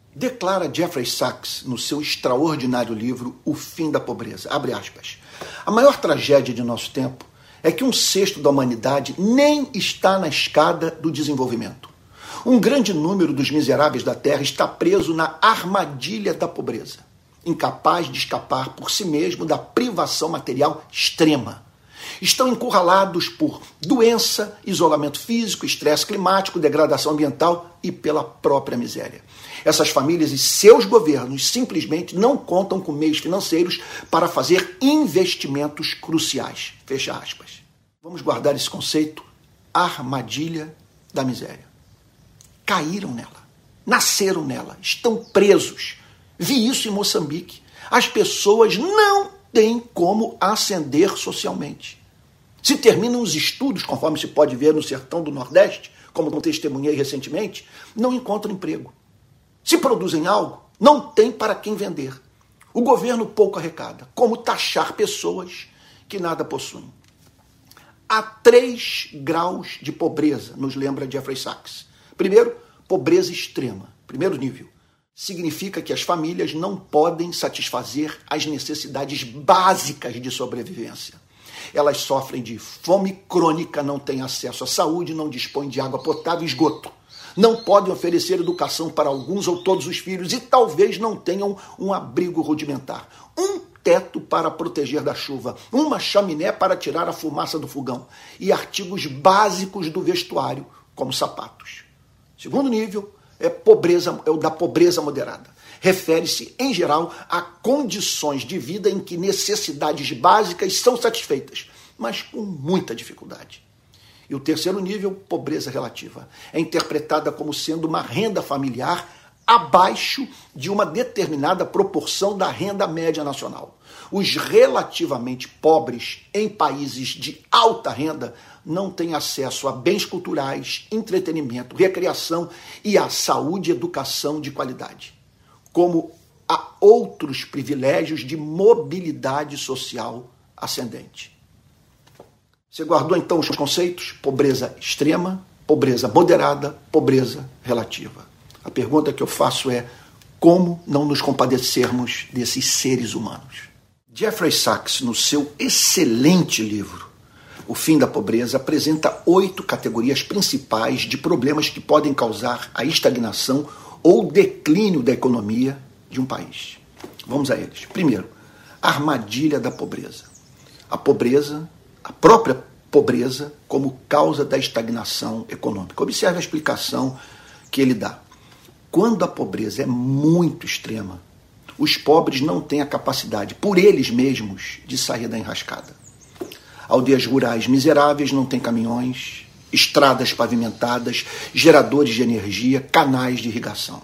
Declara Jeffrey Sachs no seu extraordinário livro O Fim da Pobreza. Abre aspas. A maior tragédia de nosso tempo é que 1/6 da humanidade nem está na escada do desenvolvimento. Um grande número dos miseráveis da Terra está preso na armadilha da pobreza, incapaz de escapar por si mesmo da privação material extrema. Estão encurralados por doença, isolamento físico, estresse climático, degradação ambiental e pela própria miséria. Essas famílias e seus governos simplesmente não contam com meios financeiros para fazer investimentos cruciais. Fecha aspas. Vamos guardar esse conceito, armadilha da miséria. Caíram nela, nasceram nela, estão presos. Vi isso em Moçambique. As pessoas não têm como ascender socialmente. Se terminam os estudos, conforme se pode ver no sertão do Nordeste, como eu testemunhei recentemente, não encontram emprego. Se produzem algo, não tem para quem vender. O governo pouco arrecada. Como taxar pessoas que nada possuem? Há 3 graus de pobreza, nos lembra Jeffrey Sachs. Primeiro, pobreza extrema. Primeiro nível. Significa que as famílias não podem satisfazer as necessidades básicas de sobrevivência. Elas sofrem de fome crônica, não têm acesso à saúde, não dispõem de água potável e esgoto. Não podem oferecer educação para alguns ou todos os filhos e talvez não tenham um abrigo rudimentar. Um teto para proteger da chuva, uma chaminé para tirar a fumaça do fogão e artigos básicos do vestuário, como sapatos. Segundo nível é o da pobreza moderada. Refere-se, em geral, a condições de vida em que necessidades básicas são satisfeitas, mas com muita dificuldade. E o terceiro nível, pobreza relativa, é interpretada como sendo uma renda familiar abaixo de uma determinada proporção da renda média nacional. Os relativamente pobres em países de alta renda não têm acesso a bens culturais, entretenimento, recreação e a saúde e educação de qualidade, como a outros privilégios de mobilidade social ascendente. Você guardou então os conceitos? Pobreza extrema, pobreza moderada, pobreza relativa. A pergunta que eu faço é: como não nos compadecermos desses seres humanos? Jeffrey Sachs, no seu excelente livro O Fim da Pobreza, apresenta 8 categorias principais de problemas que podem causar a estagnação ou declínio da economia de um país. Vamos a eles. Primeiro, a armadilha da pobreza. A pobreza, a própria pobreza, como causa da estagnação econômica. Observe a explicação que ele dá. Quando a pobreza é muito extrema, os pobres não têm a capacidade, por eles mesmos, de sair da enrascada. Aldeias rurais miseráveis não têm caminhões, estradas pavimentadas, geradores de energia, canais de irrigação.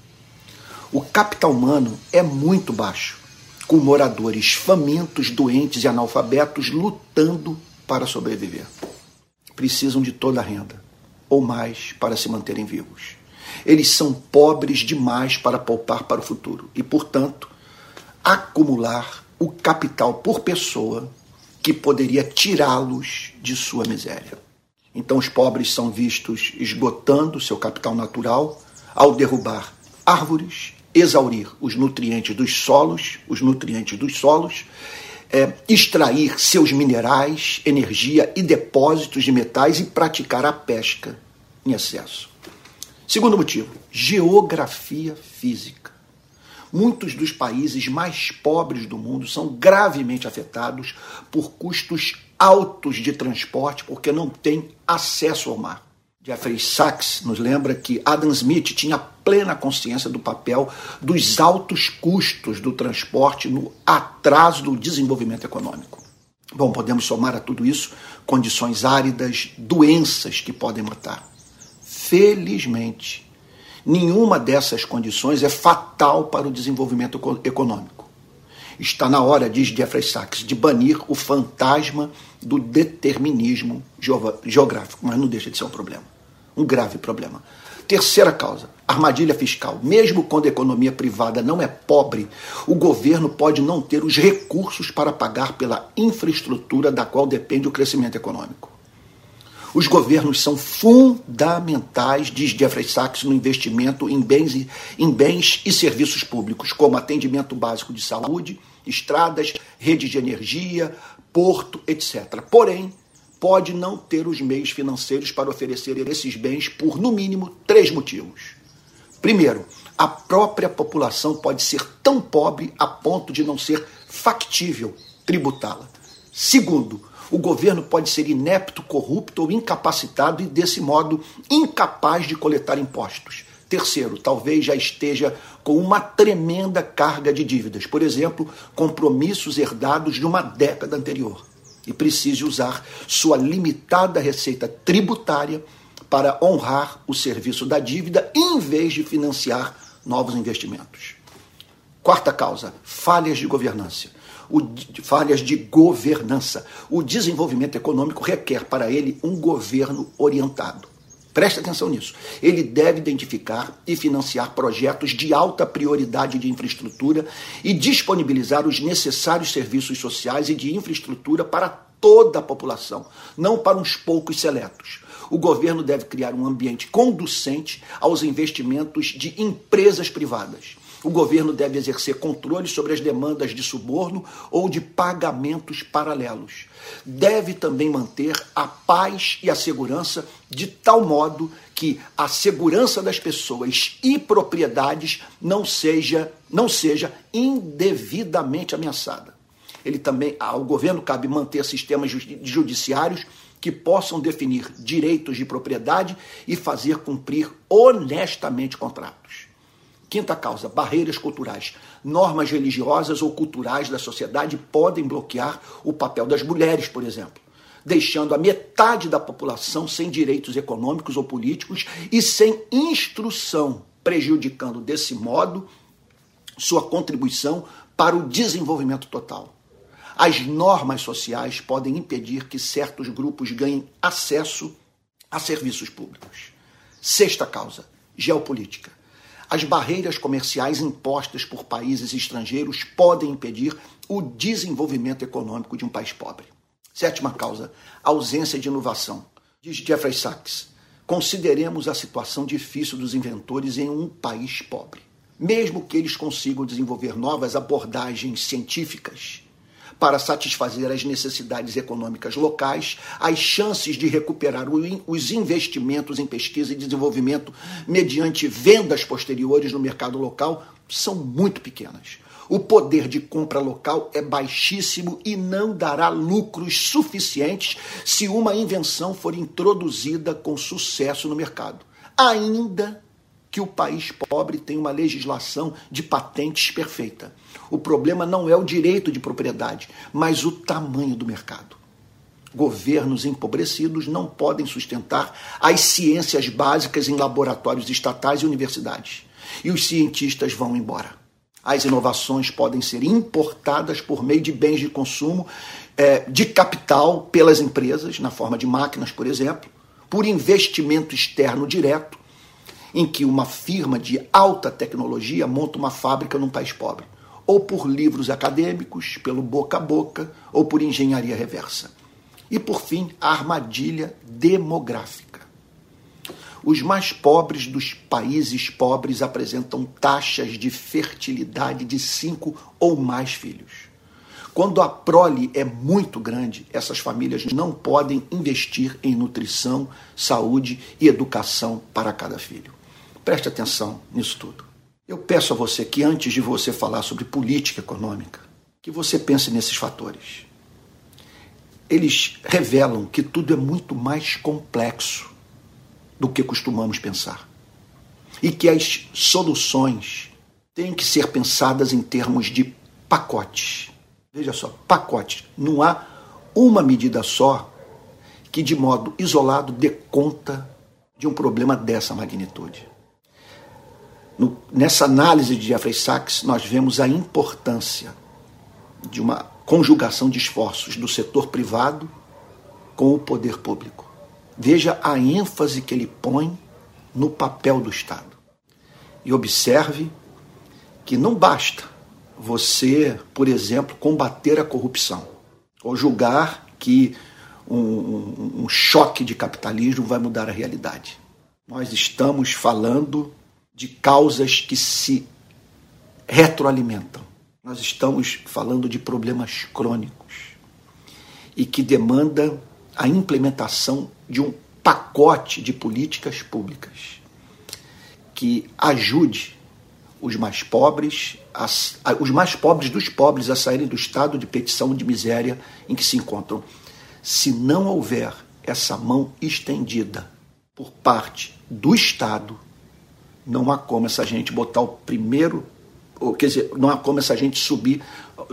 O capital humano é muito baixo, com moradores famintos, doentes e analfabetos lutando para sobreviver. Precisam de toda a renda, ou mais, para se manterem vivos. Eles são pobres demais para poupar para o futuro e, portanto, acumular o capital por pessoa que poderia tirá-los de sua miséria. Então os pobres são vistos esgotando seu capital natural ao derrubar árvores, exaurir os nutrientes dos solos, extrair seus minerais, energia e depósitos de metais e praticar a pesca em excesso. Segundo motivo, geografia física. Muitos dos países mais pobres do mundo são gravemente afetados por custos altos de transporte porque não têm acesso ao mar. Jeffrey Sachs nos lembra que Adam Smith tinha plena consciência do papel dos altos custos do transporte no atraso do desenvolvimento econômico. Bom, podemos somar a tudo isso condições áridas, doenças que podem matar. Felizmente, nenhuma dessas condições é fatal para o desenvolvimento econômico. Está na hora, diz Jeffrey Sachs, de banir o fantasma do determinismo geográfico, mas não deixa de ser um problema, um grave problema. Terceira causa, armadilha fiscal. Mesmo quando a economia privada não é pobre, o governo pode não ter os recursos para pagar pela infraestrutura da qual depende o crescimento econômico. Os governos são fundamentais, diz Jeffrey Sachs, no investimento em bens e serviços públicos, como atendimento básico de saúde, estradas, redes de energia, porto, etc. Porém, pode não ter os meios financeiros para oferecer esses bens por, no mínimo, 3 motivos. Primeiro, a própria população pode ser tão pobre a ponto de não ser factível tributá-la. Segundo, o governo pode ser inepto, corrupto ou incapacitado e, desse modo, incapaz de coletar impostos. Terceiro, talvez já esteja com uma tremenda carga de dívidas, por exemplo, compromissos herdados de uma década anterior, e precise usar sua limitada receita tributária para honrar o serviço da dívida em vez de financiar novos investimentos. Quarta causa, falhas de governança. O desenvolvimento econômico requer para ele um governo orientado. Preste atenção nisso. Ele deve identificar e financiar projetos de alta prioridade de infraestrutura e disponibilizar os necessários serviços sociais e de infraestrutura para toda a população, não para uns poucos seletos. O governo deve criar um ambiente conducente aos investimentos de empresas privadas. O governo deve exercer controle sobre as demandas de suborno ou de pagamentos paralelos. Deve também manter a paz e a segurança de tal modo que a segurança das pessoas e propriedades não seja indevidamente ameaçada. Ao governo cabe manter sistemas judiciários que possam definir direitos de propriedade e fazer cumprir honestamente contratos. Quinta causa, barreiras culturais. Normas religiosas ou culturais da sociedade podem bloquear o papel das mulheres, por exemplo, deixando a metade da população sem direitos econômicos ou políticos e sem instrução, prejudicando desse modo sua contribuição para o desenvolvimento total. As normas sociais podem impedir que certos grupos ganhem acesso a serviços públicos. Sexta causa, geopolítica. As barreiras comerciais impostas por países estrangeiros podem impedir o desenvolvimento econômico de um país pobre. Sétima causa, ausência de inovação. Diz Jeffrey Sachs, consideremos a situação difícil dos inventores em um país pobre. Mesmo que eles consigam desenvolver novas abordagens científicas para satisfazer as necessidades econômicas locais, as chances de recuperar os investimentos em pesquisa e desenvolvimento mediante vendas posteriores no mercado local são muito pequenas. O poder de compra local é baixíssimo e não dará lucros suficientes se uma invenção for introduzida com sucesso no mercado, ainda que o país pobre tenha uma legislação de patentes perfeita. O problema não é o direito de propriedade, mas o tamanho do mercado. Governos empobrecidos não podem sustentar as ciências básicas em laboratórios estatais e universidades. E os cientistas vão embora. As inovações podem ser importadas por meio de bens de consumo, de capital pelas empresas, na forma de máquinas, por exemplo, por investimento externo direto, em que uma firma de alta tecnologia monta uma fábrica num país pobre, ou por livros acadêmicos, pelo boca a boca, ou por engenharia reversa. E, por fim, a armadilha demográfica. Os mais pobres dos países pobres apresentam taxas de fertilidade de 5 ou mais filhos. Quando a prole é muito grande, essas famílias não podem investir em nutrição, saúde e educação para cada filho. Preste atenção nisso tudo. Eu peço a você que, antes de você falar sobre política econômica, que você pense nesses fatores. Eles revelam que tudo é muito mais complexo do que costumamos pensar. E que as soluções têm que ser pensadas em termos de pacotes. Veja só, pacotes. Não há uma medida só que, de modo isolado, dê conta de um problema dessa magnitude. Nessa análise de Jeffrey Sachs, nós vemos a importância de uma conjugação de esforços do setor privado com o poder público. Veja a ênfase que ele põe no papel do Estado. E observe que não basta você, por exemplo, combater a corrupção ou julgar que um choque de capitalismo vai mudar a realidade. Nós estamos falando de causas que se retroalimentam. Nós estamos falando de problemas crônicos e que demanda a implementação de um pacote de políticas públicas que ajude os mais pobres dos pobres a saírem do estado de petição de miséria em que se encontram. Se não houver essa mão estendida por parte do Estado, não há como essa gente botar o primeiro, quer dizer, não há como essa gente subir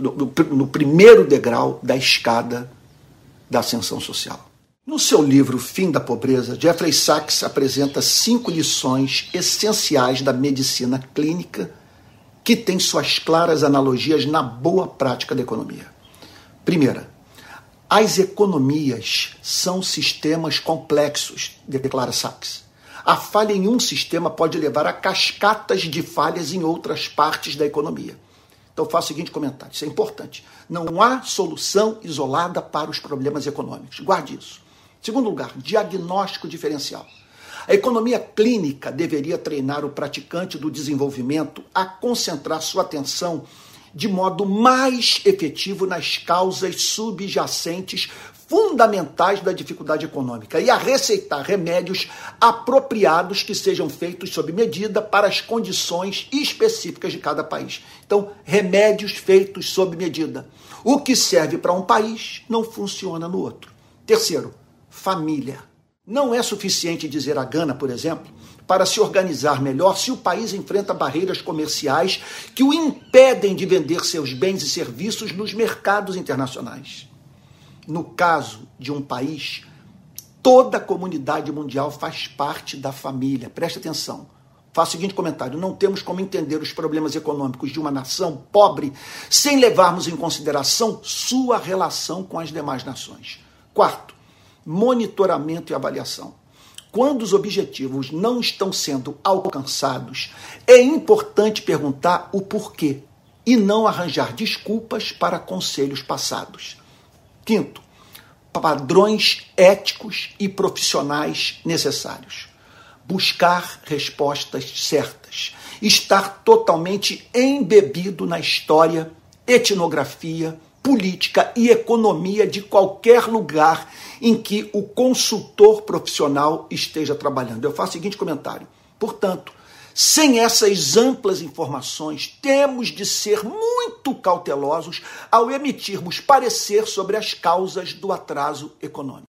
no primeiro degrau da escada da ascensão social. No seu livro Fim da Pobreza, Jeffrey Sachs apresenta 5 lições essenciais da medicina clínica que têm suas claras analogias na boa prática da economia. Primeira, as economias são sistemas complexos, declara Sachs. A falha em um sistema pode levar a cascatas de falhas em outras partes da economia. Então eu faço o seguinte comentário, isso é importante. Não há solução isolada para os problemas econômicos. Guarde isso. Segundo lugar, diagnóstico diferencial. A economia clínica deveria treinar o praticante do desenvolvimento a concentrar sua atenção de modo mais efetivo nas causas subjacentes fundamentais da dificuldade econômica e a receitar remédios apropriados que sejam feitos sob medida para as condições específicas de cada país. Então, remédios feitos sob medida. O que serve para um país não funciona no outro. Terceiro, família. Não é suficiente dizer a Gana, por exemplo, para se organizar melhor se o país enfrenta barreiras comerciais que o impedem de vender seus bens e serviços nos mercados internacionais. No caso de um país, toda a comunidade mundial faz parte da família. Preste atenção. Faço o seguinte comentário. Não temos como entender os problemas econômicos de uma nação pobre sem levarmos em consideração sua relação com as demais nações. Quarto, monitoramento e avaliação. Quando os objetivos não estão sendo alcançados, é importante perguntar o porquê e não arranjar desculpas para conselhos passados. Quinto, padrões éticos e profissionais necessários. Buscar respostas certas. Estar totalmente embebido na história, etnografia, política e economia de qualquer lugar em que o consultor profissional esteja trabalhando. Eu faço o seguinte comentário. Portanto, sem essas amplas informações, temos de ser muito cautelosos ao emitirmos parecer sobre as causas do atraso econômico.